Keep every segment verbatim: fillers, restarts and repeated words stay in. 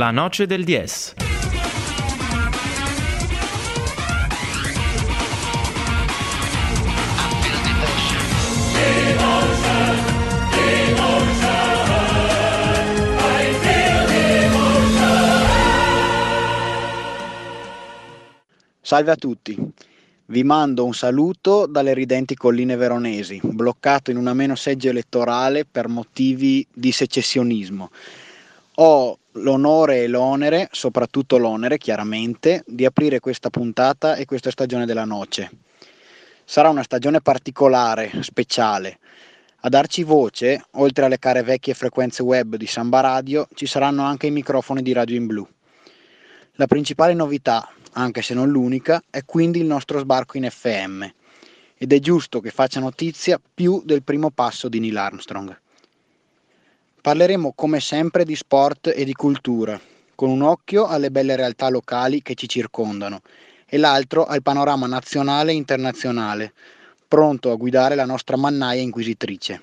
La Noche del diez. Salve a tutti, vi mando un saluto dalle ridenti colline veronesi, bloccato in una meno seggio elettorale per motivi di secessionismo. Ho l'onore e l'onere, soprattutto l'onere chiaramente, di aprire questa puntata e questa stagione della Noce. Sarà una stagione particolare, speciale. A darci voce, oltre alle care vecchie frequenze web di Samba Radio, ci saranno anche i microfoni di Radio in Blu. La principale novità, anche se non l'unica, è quindi il nostro sbarco in F M, ed è giusto che faccia notizia più del primo passo di Neil Armstrong. Parleremo come sempre di sport e di cultura, con un occhio alle belle realtà locali che ci circondano e l'altro al panorama nazionale e internazionale, pronto a guidare la nostra mannaia inquisitrice.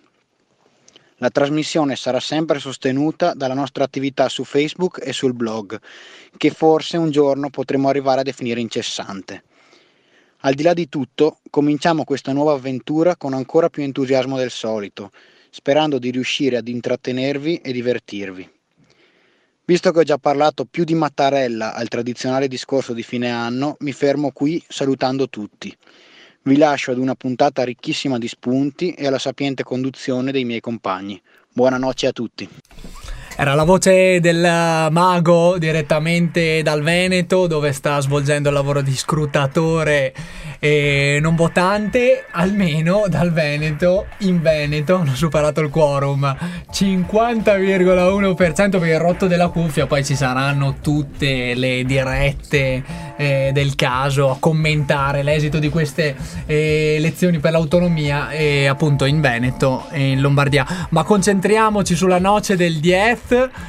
La trasmissione sarà sempre sostenuta dalla nostra attività su Facebook e sul blog, che forse un giorno potremo arrivare a definire incessante. Al di là di tutto, cominciamo questa nuova avventura con ancora più entusiasmo del solito, sperando di riuscire ad intrattenervi e divertirvi. Visto che ho già parlato più di Mattarella al tradizionale discorso di fine anno, mi fermo qui salutando tutti. Vi lascio ad una puntata ricchissima di spunti e alla sapiente conduzione dei miei compagni. Buonanotte a tutti. Era la voce del mago direttamente dal Veneto, dove sta svolgendo il lavoro di scrutatore e non votante, almeno dal Veneto. In Veneto hanno superato il quorum, cinquanta virgola uno per cento per il rotto della cuffia. Poi ci saranno tutte le dirette eh, del caso a commentare l'esito di queste eh, elezioni per l'autonomia, e appunto in Veneto e in Lombardia. Ma concentriamoci sulla noce del diez.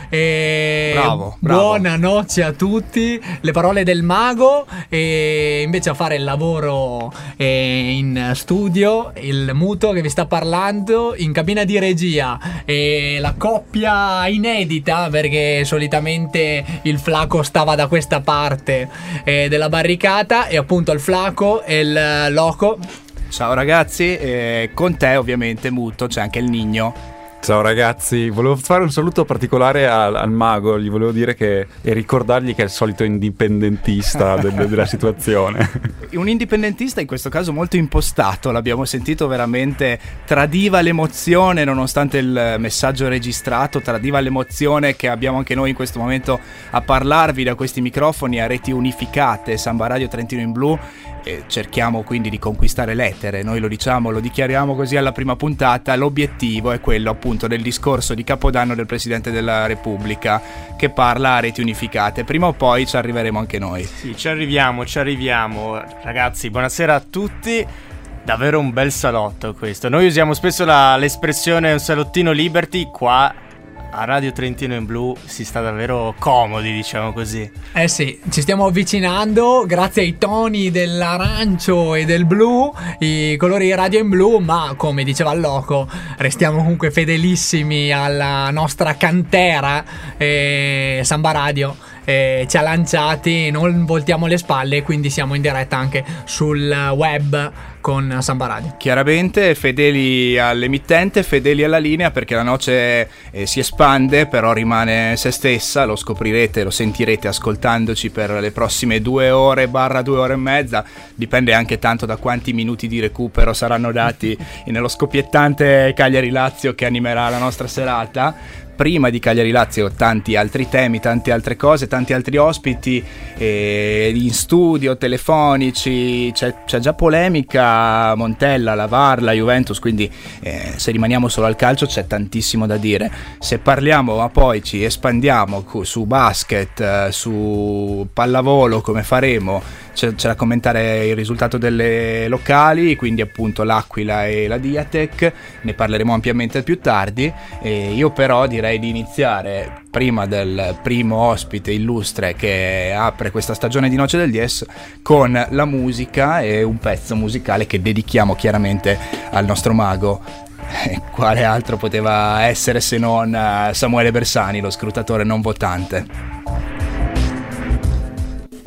E bravo, bravo. Buona noce a tutti. Le parole del mago, e invece a fare il lavoro eh, in studio il muto che vi sta parlando in cabina di regia, e la coppia inedita, perché solitamente il Flaco stava da questa parte eh, della barricata, e appunto il Flaco e il Loco. Ciao ragazzi, eh, con te ovviamente muto c'è anche il Nigno. Ciao ragazzi, volevo fare un saluto particolare al, al mago, gli volevo dire che e ricordargli che è il solito indipendentista de, de, della situazione. Un indipendentista in questo caso molto impostato, l'abbiamo sentito veramente, tradiva l'emozione nonostante il messaggio registrato, tradiva l'emozione che abbiamo anche noi in questo momento a parlarvi da questi microfoni a reti unificate, Samba Radio Trentino in Blu. E cerchiamo quindi di conquistare l'etere, noi lo diciamo, lo dichiariamo così alla prima puntata. L'obiettivo è quello appunto del discorso di Capodanno del Presidente della Repubblica, che parla a reti unificate. Prima o poi ci arriveremo anche noi. Sì, ci arriviamo, ci arriviamo. Ragazzi, buonasera a tutti. Davvero un bel salotto questo. Noi usiamo spesso la, l'espressione un salottino Liberty. Qua a Radio Trentino in Blu si sta davvero comodi, diciamo così. Eh sì, ci stiamo avvicinando grazie ai toni dell'arancio e del blu, i colori di Radio in Blu, ma come diceva il Loco, restiamo comunque fedelissimi alla nostra cantera eh, Samba Radio. Eh, ci ha lanciati, non voltiamo le spalle, quindi siamo in diretta anche sul web con Samba Radio. Chiaramente fedeli all'emittente, fedeli alla linea, perché la noce eh, si espande, però rimane se stessa. Lo scoprirete, lo sentirete ascoltandoci per le prossime due ore barra due ore e mezza. Dipende anche tanto da quanti minuti di recupero saranno dati nello scoppiettante Cagliari-Lazio che animerà la nostra serata. Prima di Cagliari-Lazio tanti altri temi, tante altre cose, tanti altri ospiti eh, in studio, telefonici, c'è, c'è già polemica, Montella, la V A R, la Juventus, quindi eh, se rimaniamo solo al calcio c'è tantissimo da dire. Se parliamo ma poi ci espandiamo su basket, su pallavolo, come faremo, c'è, c'è da commentare il risultato delle locali, quindi appunto l'Aquila e la Diatec, ne parleremo ampiamente più tardi. E io però direi di iniziare prima del primo ospite illustre che apre questa stagione di Noce del diez con la musica e un pezzo musicale che dedichiamo chiaramente al nostro mago. E quale altro poteva essere se non Samuele Bersani, lo scrutatore non votante.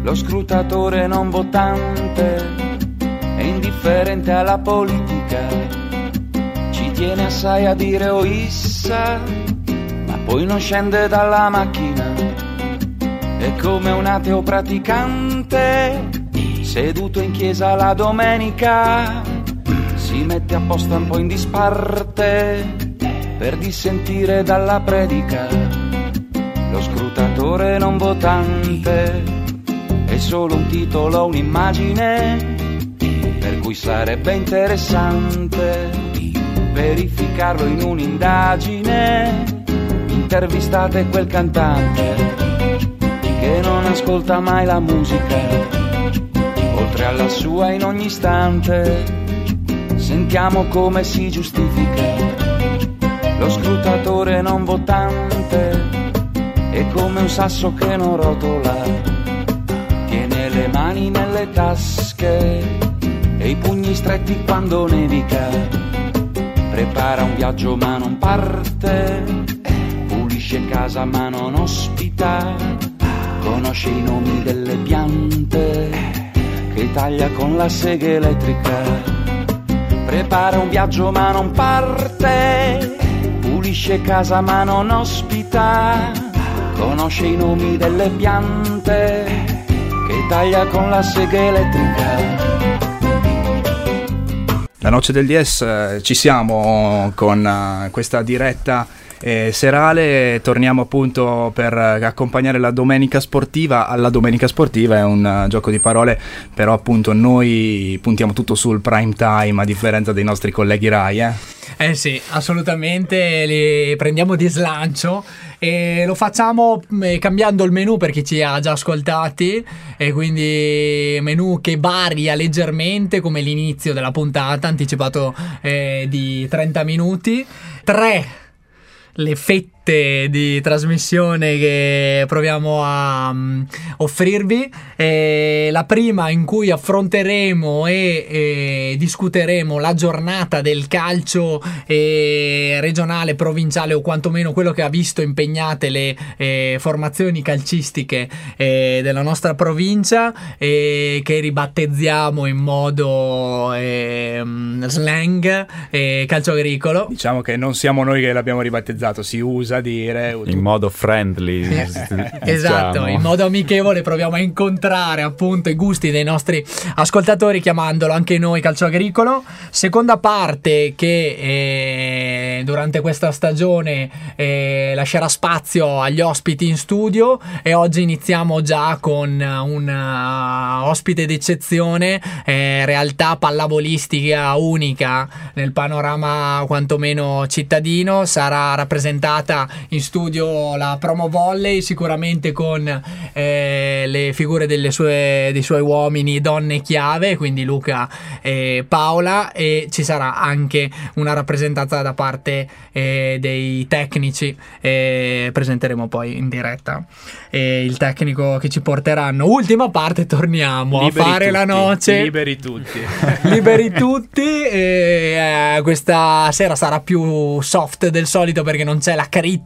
lo scrutatore non votante è indifferente alla politica, ci tiene assai a dire o issa, ma poi non scende dalla macchina, è come un ateo praticante seduto in chiesa la domenica, si mette a posto un po' in disparte per dissentire dalla predica. Lo scrutatore non votante è solo un titolo, un'immagine, per cui sarebbe interessante verificarlo in un'indagine. Intervistate quel cantante che non ascolta mai la musica, oltre alla sua in ogni istante. Sentiamo come si giustifica. Lo scrutatore non votante è come un sasso che non rotola, tiene le mani nelle tasche e i pugni stretti quando nevica, prepara un viaggio ma non parte, pulisce casa ma non ospita, conosce i nomi delle piante che taglia con la sega elettrica, prepara un viaggio ma non parte, pulisce casa ma non ospita, conosce i nomi delle piante che taglia con la sega elettrica. La noce del D S eh, ci siamo con uh, questa diretta eh, serale, torniamo appunto per uh, accompagnare la domenica sportiva. Alla domenica sportiva è un uh, gioco di parole, però appunto noi puntiamo tutto sul prime time a differenza dei nostri colleghi Rai, eh? Eh sì, assolutamente, li prendiamo di slancio e lo facciamo eh, cambiando il menu per chi ci ha già ascoltati, e quindi menu che varia leggermente come l'inizio della puntata anticipato eh, di trenta minuti. Tre le fette di trasmissione che proviamo a um, offrirvi. Eh, la prima in cui affronteremo e, e discuteremo la giornata del calcio eh, regionale, provinciale, o quantomeno quello che ha visto impegnate le eh, formazioni calcistiche eh, della nostra provincia, eh, che ribattezziamo in modo eh, slang eh, calcio agricolo. Diciamo che non siamo noi che l'abbiamo ribattezzato, si usa dire in modo friendly, esatto, diciamo. In modo amichevole proviamo a incontrare appunto i gusti dei nostri ascoltatori, chiamandolo anche noi calcio agricolo. Seconda parte che eh, durante questa stagione eh, lascerà spazio agli ospiti in studio, e oggi iniziamo già con un uh, ospite d'eccezione, eh, realtà pallavolistica unica nel panorama quantomeno cittadino. Sarà rappresentata in studio la Promo Volley, sicuramente con eh, le figure delle sue, dei suoi uomini, donne chiave, quindi Luca e Paola, e ci sarà anche una rappresentanza da parte eh, dei tecnici, eh, presenteremo poi in diretta eh, il tecnico che ci porteranno. Ultima parte, torniamo liberi a fare tutti, la noce liberi tutti liberi tutti e, eh, questa sera sarà più soft del solito perché non c'è la critica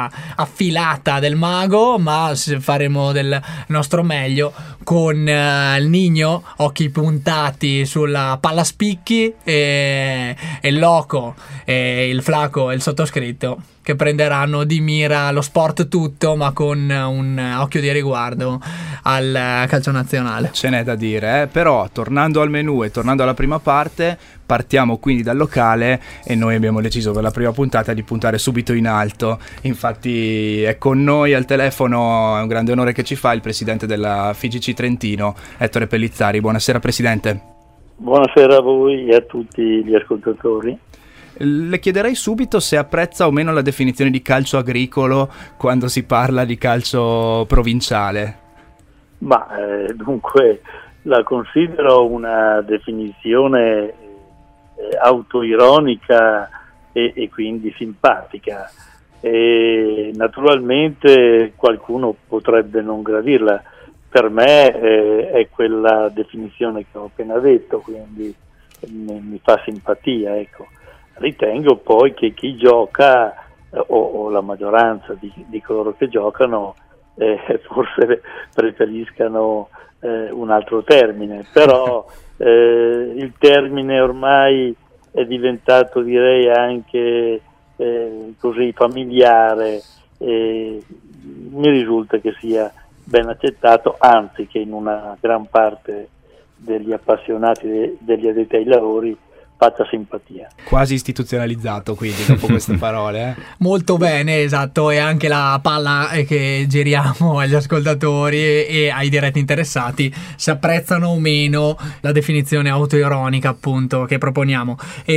affilata del mago, ma faremo del nostro meglio con uh, il Nigno, occhi puntati sulla palla spicchi, e, e il Loco, e il Flaco e il sottoscritto, che prenderanno di mira lo sport tutto, ma con un occhio di riguardo al calcio nazionale. Ce n'è da dire, eh? Però tornando al menù e tornando alla prima parte, partiamo quindi dal locale, e noi abbiamo deciso per la prima puntata di puntare subito in alto. Infatti è con noi al telefono, è un grande onore che ci fa, il presidente della F I G C Trentino, Ettore Pellizzari. Buonasera Presidente. Buonasera a voi e a tutti gli ascoltatori. Le chiederei subito se apprezza o meno la definizione di calcio agricolo quando si parla di calcio provinciale. Ma eh, dunque la considero una definizione eh, autoironica e, e quindi simpatica. E naturalmente qualcuno potrebbe non gradirla. Per me eh, è quella definizione che ho appena detto, quindi mi, mi fa simpatia, ecco. Ritengo poi che chi gioca, eh, o, o la maggioranza di, di coloro che giocano, eh, forse preferiscano eh, un altro termine, però eh, il termine ormai è diventato, direi, anche eh, così familiare, e mi risulta che sia ben accettato, anzi che in una gran parte degli appassionati, de- degli addetti ai lavori, faccia simpatia. Quasi istituzionalizzato, quindi, dopo queste parole. Eh. Molto bene, esatto, e anche la palla che giriamo agli ascoltatori e, e ai diretti interessati, se apprezzano o meno la definizione autoironica, appunto, che proponiamo.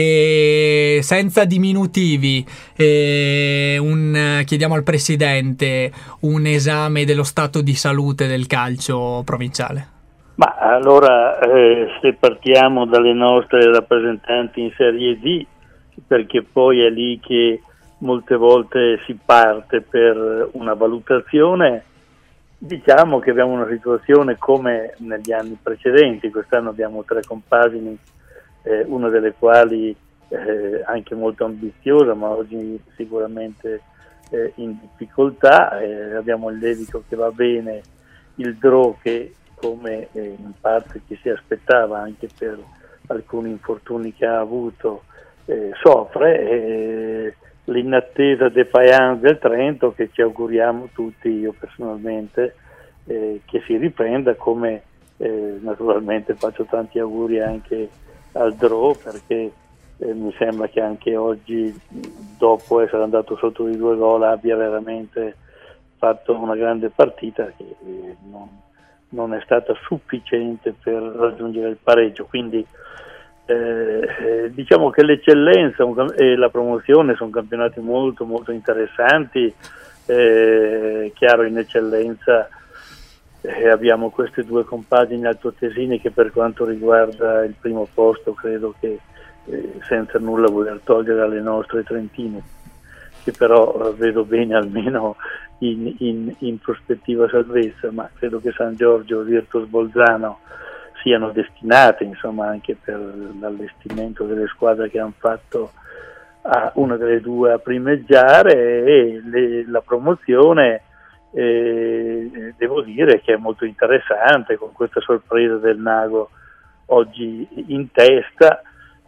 E senza diminutivi, e un, chiediamo al Presidente un esame dello stato di salute del calcio provinciale. Ma allora, eh, se partiamo dalle nostre rappresentanti in Serie D, perché poi è lì che molte volte si parte per una valutazione, diciamo che abbiamo una situazione come negli anni precedenti. Quest'anno abbiamo tre compagini, eh, una delle quali eh, anche molto ambiziosa, ma oggi sicuramente eh, in difficoltà. Eh, abbiamo il Levico che va bene, il Dro che, come eh, in parte ci si aspettava anche per alcuni infortuni che ha avuto, eh, soffre, eh, l'inattesa Defiance del Trento, che ci auguriamo tutti, io personalmente, eh, che si riprenda, come eh, naturalmente faccio tanti auguri anche al Dro, perché eh, mi sembra che anche oggi, dopo essere andato sotto di due gol, abbia veramente fatto una grande partita che eh, non non è stata sufficiente per raggiungere il pareggio. Quindi eh, diciamo che l'eccellenza e la promozione sono campionati molto molto interessanti. Eh, chiaro, in eccellenza eh, abbiamo queste due compagini altoatesine che, per quanto riguarda il primo posto, credo che eh, senza nulla voler togliere alle nostre trentine, che però eh, vedo bene almeno in, in, in prospettiva salvezza, ma credo che San Giorgio e Virtus Bolzano siano destinate, insomma, anche per l'allestimento delle squadre che hanno fatto, a una delle due a primeggiare, e le, la promozione eh, devo dire che è molto interessante, con questa sorpresa del Nago oggi in testa.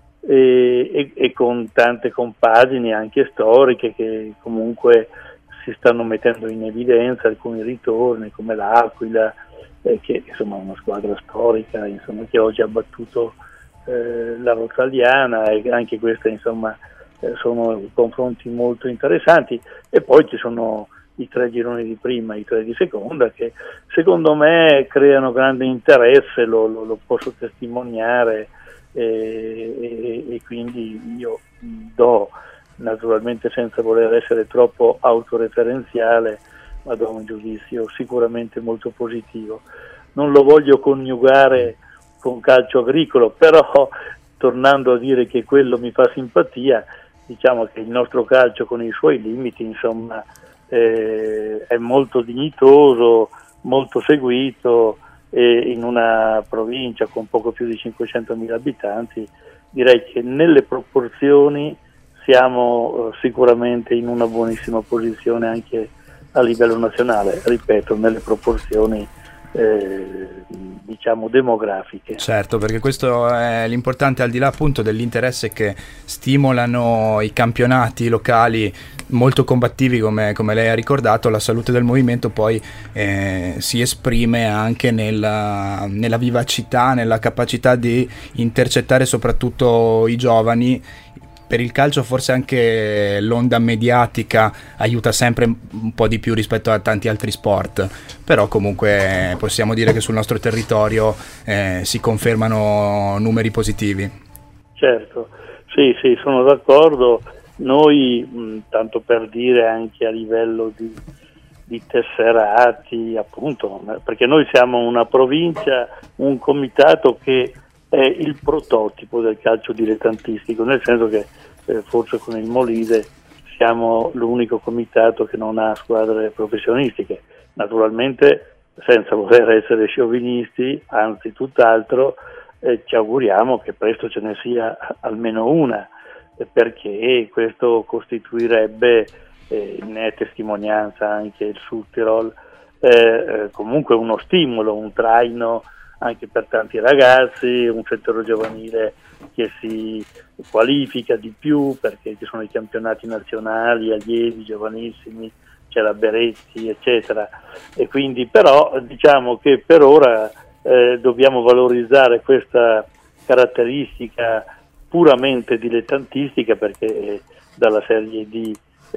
E, e, e con tante compagini anche storiche che comunque si stanno mettendo in evidenza, alcuni ritorni come l'Aquila, eh, che insomma è una squadra storica, insomma, che oggi ha battuto eh, la Rotaliana, e anche queste, insomma, eh, sono confronti molto interessanti. E poi ci sono i tre gironi di prima e i tre di seconda, che secondo me creano grande interesse, lo, lo, lo posso testimoniare. E, e, e quindi io do, naturalmente senza voler essere troppo autoreferenziale, ma do un giudizio sicuramente molto positivo. Non lo voglio coniugare con calcio agricolo, però tornando a dire che quello mi fa simpatia, diciamo che il nostro calcio, con i suoi limiti, insomma, eh, è molto dignitoso, molto seguito, e in una provincia con poco più di cinquecentomila abitanti direi che nelle proporzioni siamo eh, sicuramente in una buonissima posizione anche a livello nazionale, ripeto, nelle proporzioni eh, diciamo demografiche. Certo, perché questo è l'importante, al di là appunto dell'interesse che stimolano i campionati locali molto combattivi, come, come lei ha ricordato. La salute del movimento poi eh, si esprime anche nella, nella vivacità, nella capacità di intercettare soprattutto i giovani. Per il calcio forse anche l'onda mediatica aiuta sempre un po' di più rispetto a tanti altri sport, però comunque possiamo dire che sul nostro territorio eh, si confermano numeri positivi. Certo, sì, sì, sono d'accordo. Noi, mh, tanto per dire, anche a livello di, di tesserati, appunto, perché noi siamo una provincia, un comitato che è il prototipo del calcio dilettantistico, nel senso che eh, forse con il Molise siamo l'unico comitato che non ha squadre professionistiche. Naturalmente, senza voler essere sciovinisti, anzi tutt'altro, eh, ci auguriamo che presto ce ne sia almeno una, eh, perché questo costituirebbe, eh, ne è testimonianza anche il Sud Tirol, eh, comunque uno stimolo, un traino anche per tanti ragazzi, un settore giovanile che si qualifica di più perché ci sono i campionati nazionali, allievi, giovanissimi, c'è la Beretti, eccetera. E quindi però diciamo che per ora eh, dobbiamo valorizzare questa caratteristica puramente dilettantistica, perché dalla Serie D,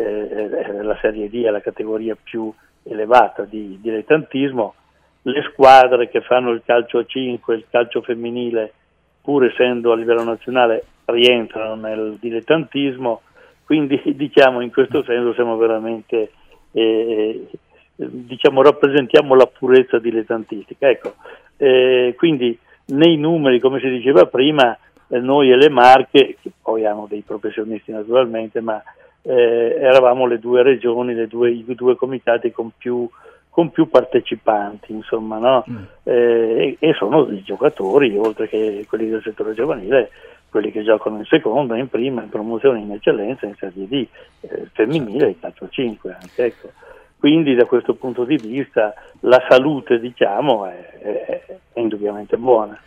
eh, la Serie D è la categoria più elevata di dilettantismo. Le squadre che fanno il calcio a cinque, il calcio femminile, pur essendo a livello nazionale, rientrano nel dilettantismo, quindi diciamo in questo senso siamo veramente, eh, diciamo rappresentiamo la purezza dilettantistica. Ecco, eh, quindi nei numeri, come si diceva prima, eh, noi e le Marche, che poi hanno dei professionisti naturalmente, ma eh, eravamo le due regioni, le due, i due comitati con più con più partecipanti, insomma, no? Mm. Eh, e sono i giocatori, oltre che quelli del settore giovanile, quelli che giocano in seconda, in prima, in promozione, in eccellenza, in Serie D, eh, femminile e calcio cinque anche, ecco. Quindi da questo punto di vista la salute, diciamo, è, è, è indubbiamente buona.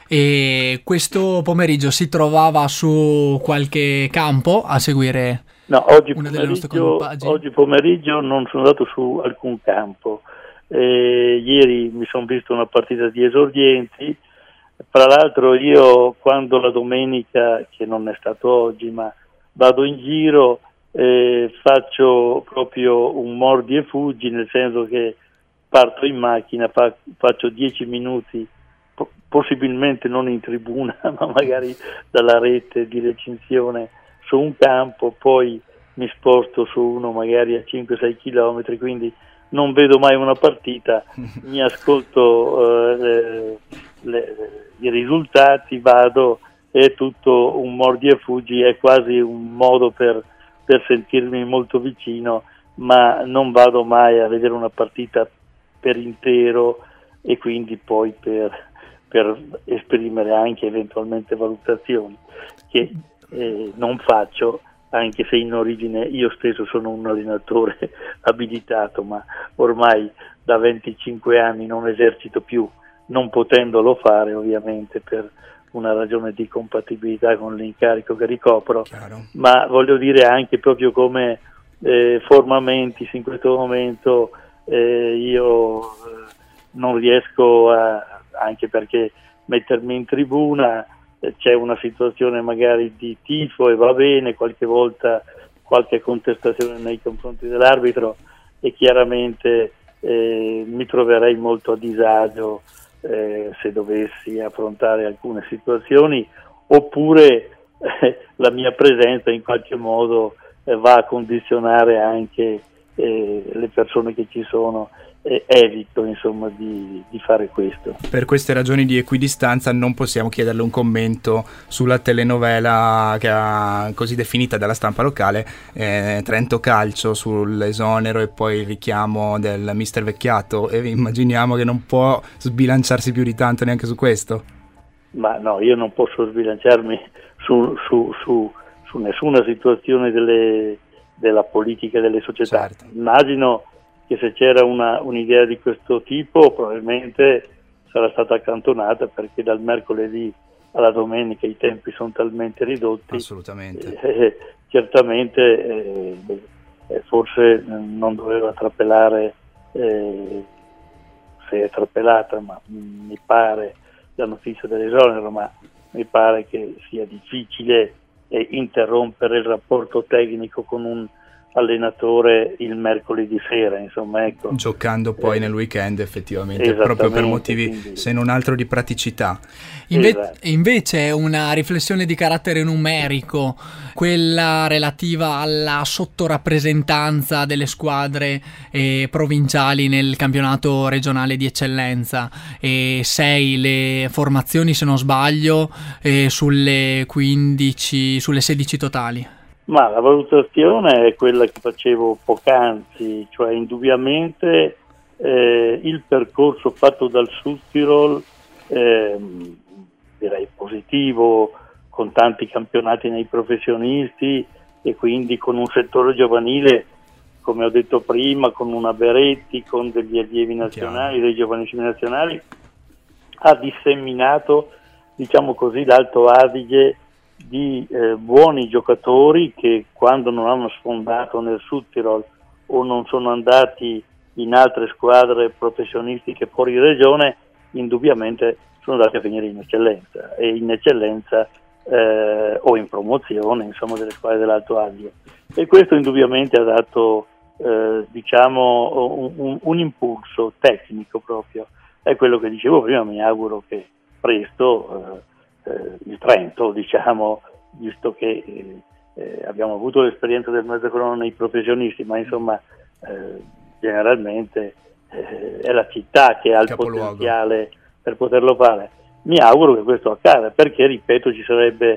E questo pomeriggio si trovava su qualche campo a seguire? No, oggi pomeriggio, oggi pomeriggio non sono andato su alcun campo. Eh, ieri mi sono visto una partita di esordienti. Tra l'altro io, quando la domenica, che non è stato oggi, ma vado in giro, eh, faccio proprio un mordi e fuggi, nel senso che parto in macchina, fa, faccio dieci minuti, po- possibilmente non in tribuna, ma magari dalla rete di recinzione su un campo, poi mi sposto su uno magari a cinque sei chilometri, quindi non vedo mai una partita, mi ascolto eh, le, le, i risultati, vado, è tutto un mordi e fuggi, è quasi un modo per, per sentirmi molto vicino, ma non vado mai a vedere una partita per intero e quindi poi per, per esprimere anche eventualmente valutazioni che Eh, non faccio, anche se in origine io stesso sono un allenatore abilitato, ma ormai da venticinque anni non esercito più, non potendolo fare ovviamente per una ragione di compatibilità con l'incarico che ricopro. Chiaro. Ma voglio dire anche proprio come eh, forma mentis in questo momento eh, io eh, non riesco a, anche perché mettermi in tribuna, c'è una situazione magari di tifo e va bene, qualche volta qualche contestazione nei confronti dell'arbitro e chiaramente eh, mi troverei molto a disagio eh, se dovessi affrontare alcune situazioni, oppure eh, la mia presenza in qualche modo eh, va a condizionare anche eh, le persone che ci sono. Evito insomma di, di fare questo. Per queste ragioni di equidistanza non possiamo chiederle un commento sulla telenovela che ha così definita dalla stampa locale, eh, Trento Calcio, sull'esonero e poi il richiamo del mister Vecchiato, e immaginiamo che non può sbilanciarsi più di tanto neanche su questo. Ma no, io non posso sbilanciarmi su, su, su, su nessuna situazione delle, della politica delle società. Certo. Immagino che se c'era una, un'idea di questo tipo probabilmente sarà stata accantonata, perché dal mercoledì alla domenica i tempi sono talmente ridotti. Assolutamente. Eh, certamente eh, forse non doveva trapelare, eh, se è trapelata, ma mi pare la notizia dell'esonero, ma mi pare che sia difficile eh, interrompere il rapporto tecnico con un allenatore il mercoledì sera, insomma, ecco. Giocando poi eh, nel weekend effettivamente, proprio per motivi quindi, se non altro di praticità. Inve- esatto. Invece una riflessione di carattere numerico, quella relativa alla sottorappresentanza delle squadre eh, provinciali nel campionato regionale di eccellenza, e sei le formazioni, se non sbaglio, eh, sulle quindici, sulle sedici totali. Ma la valutazione è quella che facevo poc'anzi, cioè indubbiamente eh, il percorso fatto dal Südtirol eh, direi positivo, con tanti campionati nei professionisti e quindi con un settore giovanile come ho detto prima, con una Beretti, con degli allievi nazionali, dei giovanissimi nazionali, ha disseminato, diciamo così, l'Alto Adige di eh, buoni giocatori che quando non hanno sfondato nel Südtirol o non sono andati in altre squadre professionistiche fuori regione, indubbiamente sono andati a finire in eccellenza e in eccellenza eh, o in promozione, insomma, delle squadre dell'Alto Adige, e questo indubbiamente ha dato eh, diciamo un, un, un impulso tecnico proprio. È quello che dicevo prima, mi auguro che presto eh, eh, il Trento, diciamo, visto che eh, eh, abbiamo avuto l'esperienza del mezzogiorno nei professionisti, ma insomma eh, generalmente eh, è la città che ha il Capoluogo. potenziale per poterlo fare. Mi auguro che questo accada, perché, ripeto, ci sarebbe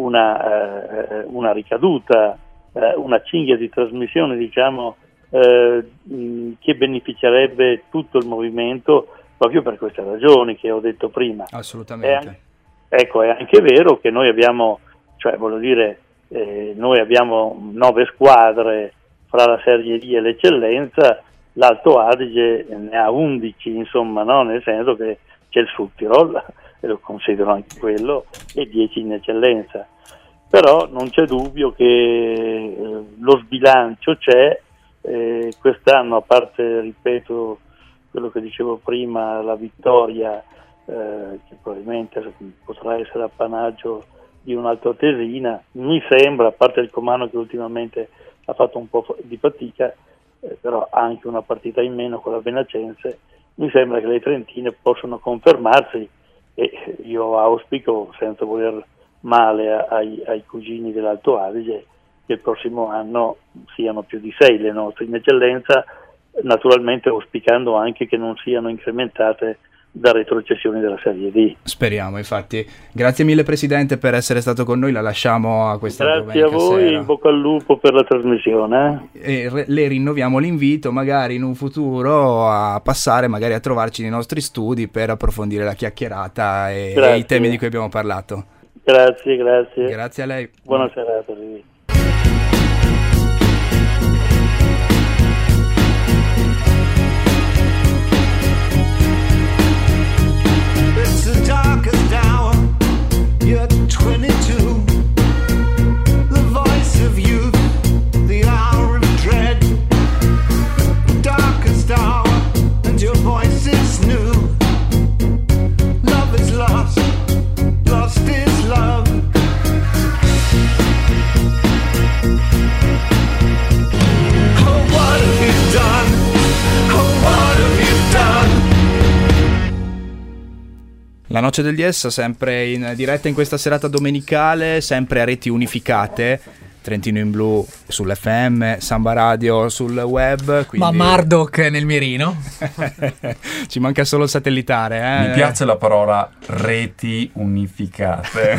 una, eh, una ricaduta, eh, una cinghia di trasmissione, diciamo, eh, mh, che beneficerebbe tutto il movimento, proprio per queste ragioni che ho detto prima. Assolutamente. È anche, ecco, è anche vero che noi abbiamo, cioè voglio dire, eh, noi abbiamo nove squadre fra la Serie D e l'eccellenza, l'Alto Adige ne ha undici, insomma, no? Nel senso che c'è il Südtirol, e lo considero anche quello, e dieci in eccellenza. Però non c'è dubbio che eh, lo sbilancio c'è, eh, quest'anno, a parte, ripeto, quello che dicevo prima, la vittoria, eh, che probabilmente potrà essere appanaggio di un'altoatesina, mi sembra, a parte il Comano che ultimamente ha fatto un po' di fatica, eh, però anche una partita in meno con la Benacense, mi sembra che le trentine possono confermarsi, e io auspico, senza voler male ai, ai cugini dell'Alto Adige, che il prossimo anno siano più di sei le nostre in eccellenza, naturalmente auspicando anche che non siano incrementate da retrocessioni della Serie D. Speriamo, infatti. Grazie mille Presidente per essere stato con noi, la lasciamo a questa Grazie domenica a voi, sera. in bocca al lupo per la trasmissione. Eh? E re- le rinnoviamo l'invito magari in un futuro a passare magari a trovarci nei nostri studi per approfondire la chiacchierata e, e i temi di cui abbiamo parlato. Grazie, grazie. Grazie a lei. Buona serata. Arrivederci. You're twenty-two, the voice of youth, the hour of dread, the darkest hour, and your voice is new. Love is lost, lost is love. Oh, what have you done? Oh, what have you done? La Noce del Diez, sempre in diretta in questa serata domenicale, sempre a reti unificate, Trentino in Blu sull'F M, Samba Radio sul web. Quindi... Ma Murdoch nel mirino. Ci manca solo il satellitare. Eh? Mi piace la parola reti unificate.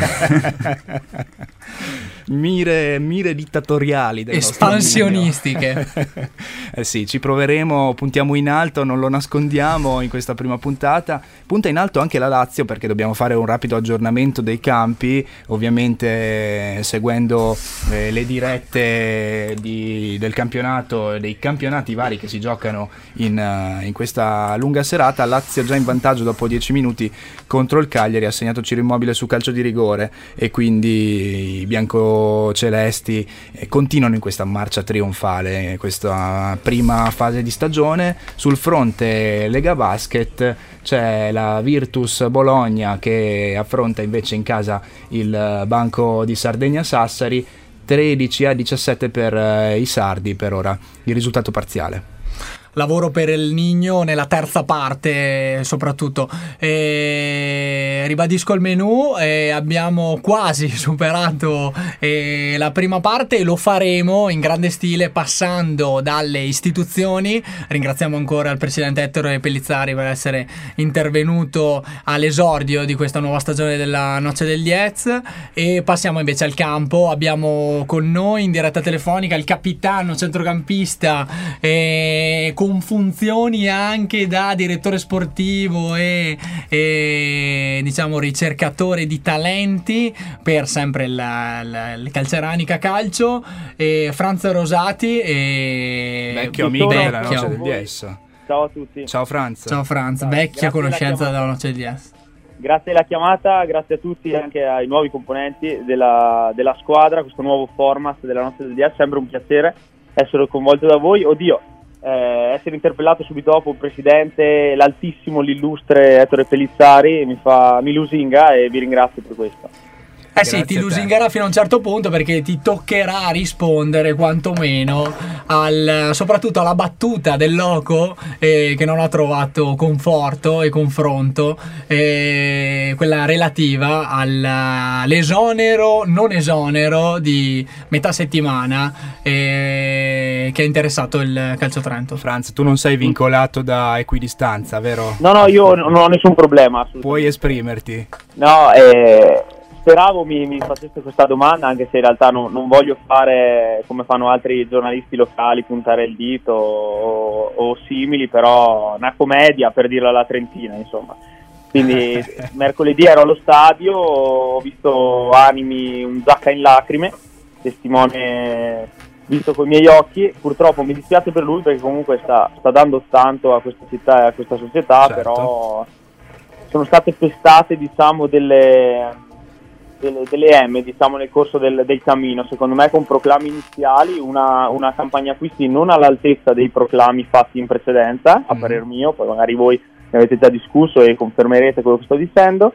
Mire, mire dittatoriali del espansionistiche. Eh sì, ci proveremo, puntiamo in alto, non lo nascondiamo in questa prima puntata. Punta in alto anche la Lazio, perché dobbiamo fare un rapido aggiornamento dei campi, ovviamente eh, seguendo eh, le dirette di, del campionato e dei campionati vari che si giocano in, uh, in questa lunga serata. Lazio già in vantaggio dopo dieci minuti contro il Cagliari, ha segnato Ciro Immobile su calcio di rigore, e quindi i biancocelesti eh, continuano in questa marcia trionfale, questa prima fase di stagione. Sul fronte Lega Basket c'è la Virtus Bologna che affronta invece in casa il Banco di Sardegna Sassari, tredici a diciassette per eh, i sardi per ora il risultato parziale. Lavoro per il Nigno nella terza parte soprattutto. E ribadisco il menù, e abbiamo quasi superato e la prima parte, e lo faremo in grande stile passando dalle istituzioni. Ringraziamo ancora il presidente Ettore Pellizzari per essere intervenuto all'esordio di questa nuova stagione della Noce del Diez, e passiamo invece al campo. Abbiamo con noi in diretta telefonica il capitano centrocampista e con funzioni anche da direttore sportivo e, e diciamo ricercatore di talenti per sempre la, la, il Calceranica Calcio, e Franz Rosati, e vecchio amico vecchio. della Noce del D S. Ciao a tutti. Ciao Franz. Ciao Franz, Ciao, vecchia grazie conoscenza della della Noce del D S. Grazie alla chiamata, grazie a tutti e anche ai nuovi componenti della, della squadra, questo nuovo format della Noce del D S, sempre un piacere essere coinvolto da voi. Oddio, eh, essere interpellato subito dopo il presidente, l'altissimo, l'illustre Ettore Pellizzari, mi fa mi lusinga e vi ringrazio per questo. Eh Grazie sì, ti a te. lusingerà fino a un certo punto, perché ti toccherà rispondere quantomeno al, soprattutto alla battuta del loco eh, che non ha trovato conforto e confronto, eh, quella relativa all'esonero, non esonero di metà settimana eh, che ha interessato il Calcio Trento. Franz, tu non sei vincolato da equidistanza, vero? No, no, io non ho nessun problema, assolutamente. Puoi esprimerti. No, eh, speravo mi, mi faceste questa domanda, anche se in realtà non, non voglio fare come fanno altri giornalisti locali, puntare il dito o, o simili, però una commedia, per dirla alla trentina, insomma. Quindi mercoledì ero allo stadio, ho visto Animi un zacca in lacrime, testimone visto con i miei occhi. Purtroppo mi dispiace per lui, perché comunque sta, sta dando tanto a questa città e a questa società, Certo. però sono state pestate, diciamo, delle... Delle, delle M, diciamo, nel corso del, del cammino, secondo me, con proclami iniziali, una, una campagna acquisti non all'altezza dei proclami fatti in precedenza, a Mm. parer mio, poi magari voi ne avete già discusso e confermerete quello che sto dicendo,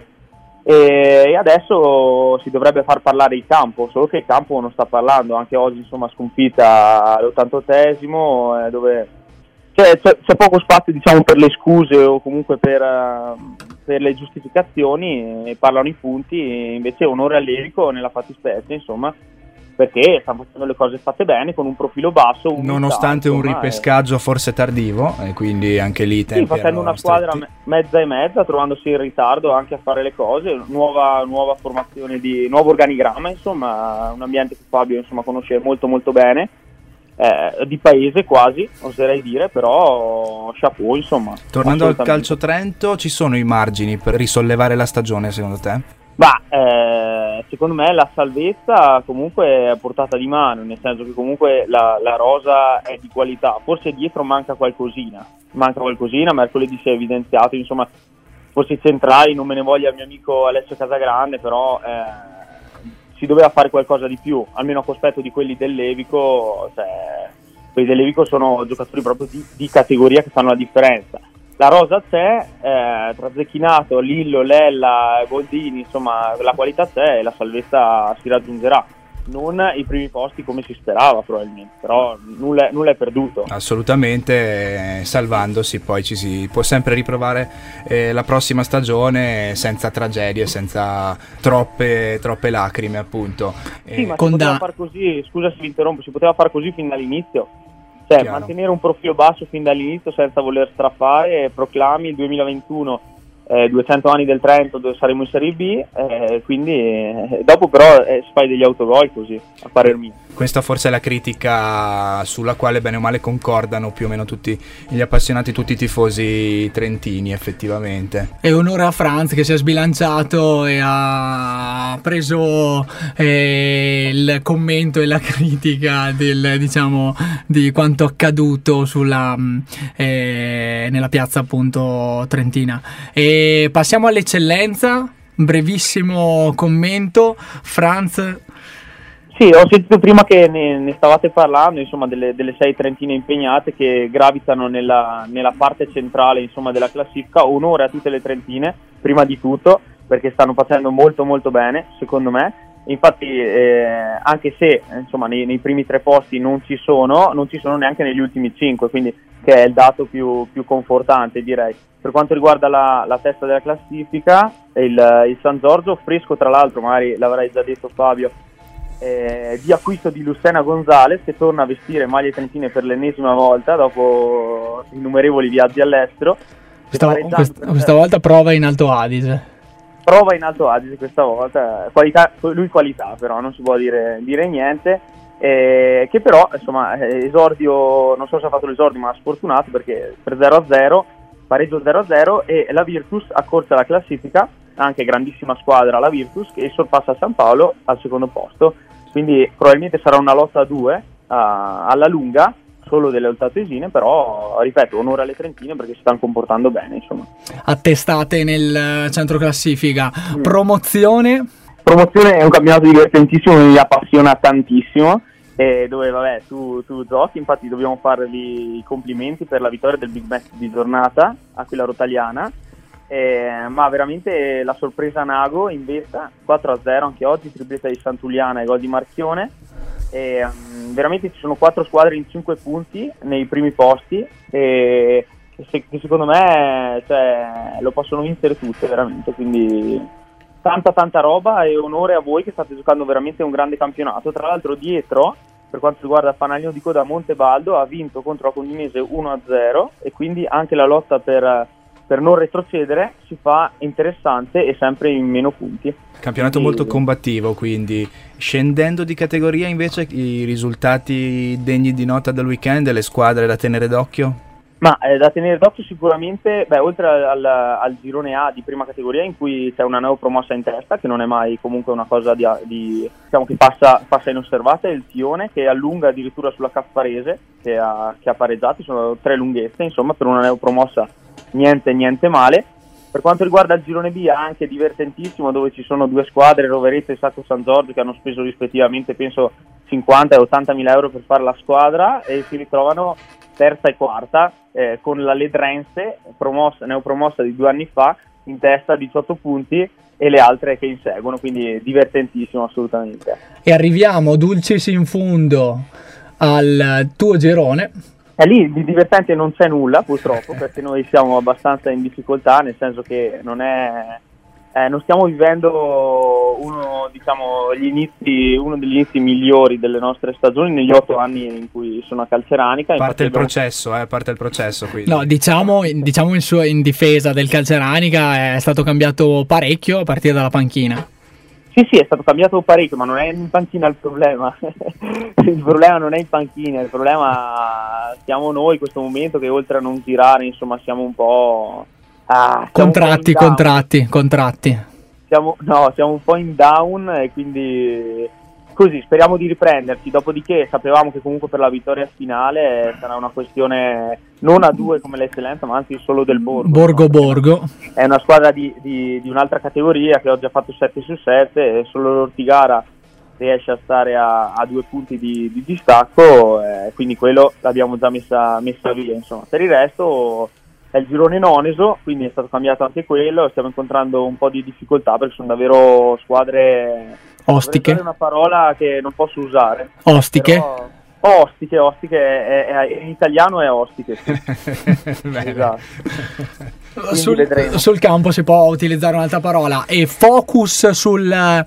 e, e adesso si dovrebbe far parlare il campo, solo che il campo non sta parlando. Anche oggi, insomma, sconfitta all'ottantottesimo, eh, dove c'è, c'è, c'è poco spazio, diciamo, per le scuse o comunque per... Uh, per le giustificazioni, e parlano i punti, e invece onore al lirico nella fattispecie, insomma, perché stanno facendo le cose fatte bene, con un profilo basso, umiltà, Nonostante un insomma, ripescaggio e... forse tardivo, e quindi anche lì i tempi sì, facendo erano una squadra stretti. me- mezza e mezza, trovandosi in ritardo anche a fare le cose, nuova, nuova formazione, di nuovo organigramma, insomma, un ambiente che Fabio, insomma, conosce molto molto bene, eh, di paese quasi, oserei dire, però chapeau, insomma. Tornando al assolutamente. Calcio Trento, ci sono i margini per risollevare la stagione, secondo te? Ma eh, secondo me la salvezza comunque è a portata di mano, nel senso che comunque la, la rosa è di qualità, forse dietro manca qualcosina, manca qualcosina, mercoledì si è evidenziato, insomma, forse i centrali, non me ne voglia il mio amico Alessio Casagrande, però eh, si doveva fare qualcosa di più, almeno a cospetto di quelli del Levico. Cioè, quelli del Levico sono giocatori proprio di, di categoria che fanno la differenza. La rosa c'è, eh, tra Zecchinato, Lillo, Lella, Boldini, insomma, la qualità c'è e la salvezza si raggiungerà. Non i primi posti come si sperava probabilmente, però nulla, nulla è perduto. Assolutamente, eh, salvandosi poi ci si può sempre riprovare eh, la prossima stagione senza tragedie, senza troppe, troppe lacrime, appunto. Sì, Eh, ma si con poteva da- far così, scusa se vi interrompo, si poteva far così fin dall'inizio. Cioè, Chiaro. mantenere un profilo basso fin dall'inizio senza voler strafare, proclami il duemilaventuno, eh, duecento anni del Trento, dove saremo in Serie B, eh, quindi eh, dopo però eh, fai degli autogol così, a parer mio. Questa forse è la critica sulla quale bene o male concordano più o meno tutti gli appassionati, tutti i tifosi trentini, effettivamente. E onore a Franz, che si è sbilanciato e ha preso eh, il commento e la critica del, diciamo, di quanto accaduto sulla, mh, eh, nella piazza, appunto, trentina. E passiamo all'eccellenza, brevissimo commento. Franz. Sì, ho sentito prima che ne, ne stavate parlando, insomma, delle, delle sei trentine impegnate che gravitano nella, nella parte centrale, insomma, della classifica. Onore a tutte le trentine, prima di tutto, perché stanno facendo molto molto bene, secondo me. Infatti, eh, anche se, insomma, nei, nei primi tre posti non ci sono, non ci sono neanche negli ultimi cinque, quindi che è il dato più, più confortante, direi. Per quanto riguarda la, la testa della classifica, il, il San Giorgio, fresco tra l'altro, magari l'avrai già detto Fabio, Eh, di acquisto di Lucena Gonzalez, che torna a vestire maglie trentine per l'ennesima volta dopo innumerevoli viaggi all'estero. Questa, questa, questa volta prova in Alto Adige. Prova in Alto Adige questa volta, qualità, lui qualità, però non si può dire, dire niente. eh, che però insomma eh, esordio, non so se ha fatto l'esordio ma ha sfortunato perché per zero a zero, pareggio zero a zero, e la Virtus accorcia la classifica, anche grandissima squadra la Virtus, che sorpassa San Paolo al secondo posto, quindi probabilmente sarà una lotta a due uh, alla lunga, solo delle altoatesine, però ripeto, onore alle trentine perché si stanno comportando bene, insomma. Attestate nel centro classifica. Mm. Promozione? Promozione è un campionato divertentissimo, mi appassiona tantissimo, eh, dove vabbè tu, tu giochi, infatti dobbiamo farvi i complimenti per la vittoria del big match di giornata, Aquila Rotaliana, eh, ma veramente la sorpresa Nago in vetta, quattro a zero anche oggi, tripletta di Santuliana e gol di Marchione. E, um, veramente ci sono quattro squadre in cinque punti nei primi posti e se, che secondo me cioè, lo possono vincere tutte veramente, quindi tanta tanta roba e onore a voi che state giocando veramente un grande campionato. Tra l'altro dietro, per quanto riguarda Fanaglino di Coda, Montebaldo ha vinto contro la Condinese uno a zero e quindi anche la lotta per per non retrocedere si fa interessante e sempre in meno punti. Campionato quindi... molto combattivo, quindi scendendo di categoria invece i risultati degni di nota del weekend, le squadre da tenere d'occhio? Ma eh, da tenere d'occhio sicuramente, beh, oltre al, al girone A di prima categoria in cui c'è una neopromossa in testa, che non è mai comunque una cosa di, di diciamo che passa, passa inosservata, è il Tione che allunga addirittura sulla Caffarese che ha, che ha pareggiato, sono tre lunghezze, insomma per una neopromossa niente niente male. Per quanto riguarda il girone B, anche divertentissimo, dove ci sono due squadre, Rovereto e Sacco San Giorgio, che hanno speso rispettivamente penso cinquanta e ottantamila mila euro per fare la squadra e si ritrovano terza e quarta eh, con la Ledrense promossa, neopromossa di due anni fa in testa a diciotto punti e le altre che inseguono, quindi divertentissimo assolutamente. E arriviamo dulcis in fundo al tuo girone. E lì di divertente non c'è nulla purtroppo, perché noi siamo abbastanza in difficoltà, nel senso che non è eh, non stiamo vivendo uno, diciamo, gli inizi, uno degli inizi migliori delle nostre stagioni negli otto anni in cui sono a Calceranica. Parte il abbiamo... processo, eh, parte il processo quindi. No, diciamo, diciamo in, sua, in difesa del Calceranica è stato cambiato parecchio a partire dalla panchina. Sì, sì, è stato cambiato parecchio, ma non è in panchina il problema. Il problema non è in panchina, il problema siamo noi in questo momento che oltre a non girare, insomma, siamo un po'... Ah, contratti, un po' contratti, contratti. Siamo, no, siamo un po' in down e quindi così speriamo di riprenderci. Dopodiché sapevamo che comunque per la vittoria finale sarà una questione non a due come l'Eccellenza, ma anzi solo del Borgo. Borgo no? Borgo. È una squadra di, di, di un'altra categoria che oggi ha fatto sette su sette e solo l'Ortigara riesce a stare a, a due punti di, di distacco, eh, quindi quello l'abbiamo già messa, messa via. Insomma. Per il resto è il girone noneso, quindi è stato cambiato anche quello, stiamo incontrando un po' di difficoltà perché sono davvero squadre... Ostiche. È una parola che non posso usare. Ostiche. Però... Ostiche, ostiche, è, è, è, in italiano è ostiche. Sì. Esatto. Sul, sul campo si può utilizzare un'altra parola. E focus sulla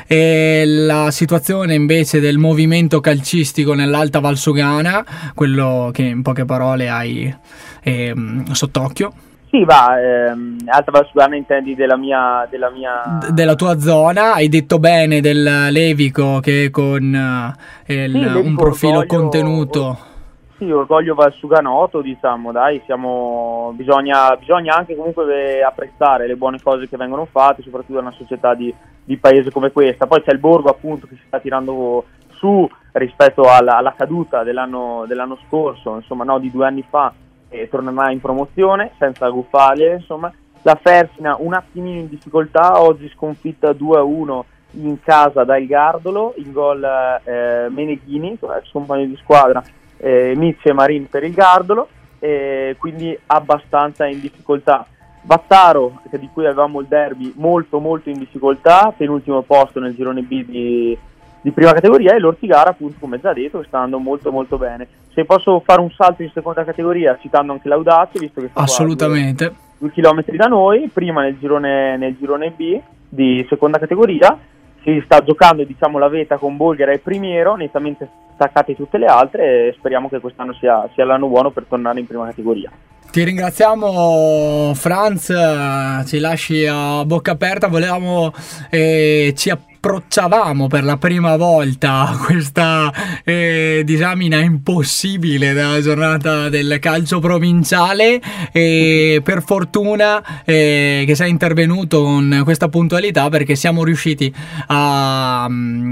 eh, situazione invece del movimento calcistico nell'Alta Valsugana, quello che in poche parole hai eh, sott'occhio. Sì, va, ehm, Alta Valsugana intendi della mia, della mia... D- della tua zona, hai detto bene del Levico che con eh, il, sì, un profilo orgoglio, contenuto. Or- sì, orgoglio valsuganoto, diciamo, dai, siamo, bisogna, bisogna anche comunque apprezzare le buone cose che vengono fatte, soprattutto da una società di, di paese come questa. Poi c'è il Borgo appunto che si sta tirando su rispetto alla, alla caduta dell'anno, dell'anno scorso, insomma no, di due anni fa, e tornerà in promozione senza Guffaglie, insomma. La Fersina un attimino in difficoltà, oggi sconfitta due a uno in casa dal Gardolo, in gol eh, Meneghini, ex compagno di squadra, eh, Mizzi e Marin per il Gardolo, eh, quindi abbastanza in difficoltà. Battaro, che di cui avevamo il derby, molto molto in difficoltà, penultimo posto nel girone B di, di prima categoria, e l'Ortigara, appunto, come già detto, che sta andando molto molto bene. Se posso fare un salto in seconda categoria citando anche l'Audace, visto che sta assolutamente due, due chilometri da noi, prima nel girone, nel girone B di seconda categoria, si sta giocando, diciamo, la vetta con Bolghera e Primiero, nettamente staccate tutte le altre, e speriamo che quest'anno sia, sia l'anno buono per tornare in prima categoria. Ti ringraziamo, Franz, ci lasci a bocca aperta. Volevamo eh, ci approcciavamo per la prima volta questa eh, disamina impossibile della giornata del calcio provinciale, e per fortuna eh, che sei intervenuto con questa puntualità, perché siamo riusciti a,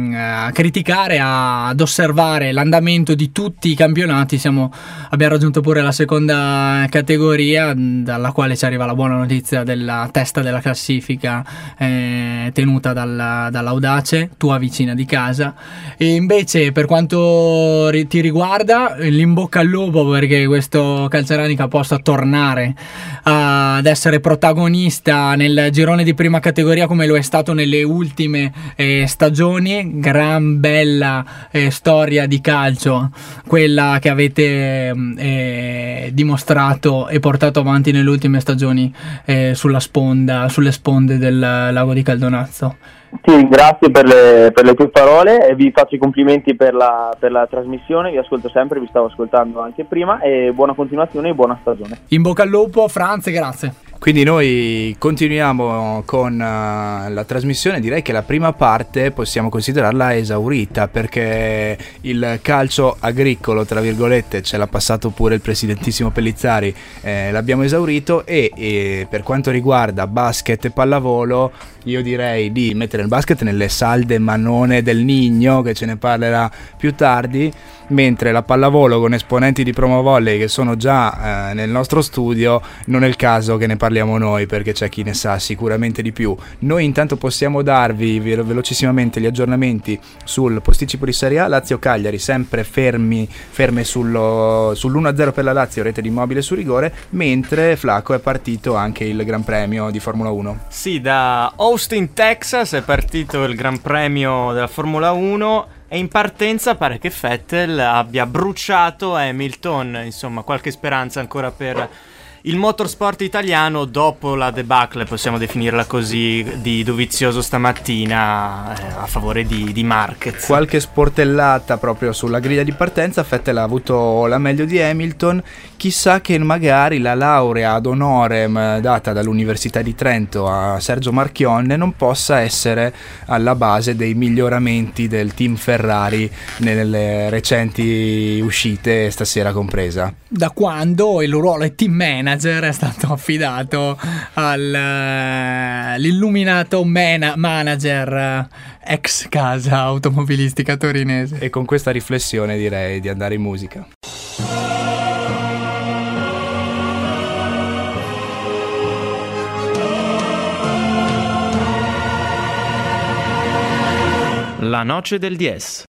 a criticare, a, ad osservare l'andamento di tutti i campionati. Siamo, abbiamo raggiunto pure la seconda categoria, dalla quale ci arriva la buona notizia della testa della classifica eh, tenuta dalla, dall'Audace, tua vicina di casa. E invece per quanto ri- ti riguarda, l'imbocca al lupo perché questo Calceranica possa tornare a, ad essere protagonista nel girone di prima categoria come lo è stato nelle ultime eh, stagioni. Gran bella eh, storia di calcio quella che avete eh, dimostrato e portato avanti nelle ultime stagioni eh, sulla sponda, sulle sponde del lago di Caldonazzo. Sì, grazie per le, per le tue parole e vi faccio i complimenti per la, per la trasmissione, vi ascolto sempre, vi stavo ascoltando anche prima, e buona continuazione e buona stagione. In bocca al lupo, Franz, grazie. Quindi noi continuiamo con uh, la trasmissione. Direi che la prima parte possiamo considerarla esaurita, perché il calcio agricolo, tra virgolette, ce l'ha passato pure il presidentissimo Pellizzari, eh, l'abbiamo esaurito, e, e per quanto riguarda basket e pallavolo io direi di mettere il basket nelle salde manone del Nigno, che ce ne parlerà più tardi, mentre la pallavolo con esponenti di Promo Volley che sono già eh, nel nostro studio non è il caso che ne parliamo noi, perché c'è chi ne sa sicuramente di più. Noi intanto possiamo darvi ve- velocissimamente gli aggiornamenti sul posticipo di Serie A. Lazio-Cagliari sempre fermi ferme sullo, sull'uno a zero per la Lazio, rete di Immobile su rigore, mentre Flaco è partito anche il Gran Premio di Formula uno. Sì, da Austin, Texas è partito il Gran Premio della Formula uno e in partenza pare che Vettel abbia bruciato Hamilton. Insomma, qualche speranza ancora per il motorsport italiano dopo la debacle, possiamo definirla così, di Dovizioso stamattina eh, a favore di, di Marquez. Qualche sportellata proprio sulla griglia di partenza. Vettel ha avuto la meglio di Hamilton. Chissà che magari la laurea ad honorem data dall'Università di Trento a Sergio Marchionne non possa essere alla base dei miglioramenti del team Ferrari nelle recenti uscite, stasera compresa. Da quando il ruolo di team manager è stato affidato all'illuminato man- manager ex casa automobilistica torinese. E con questa riflessione direi di andare in musica. La noce del diez.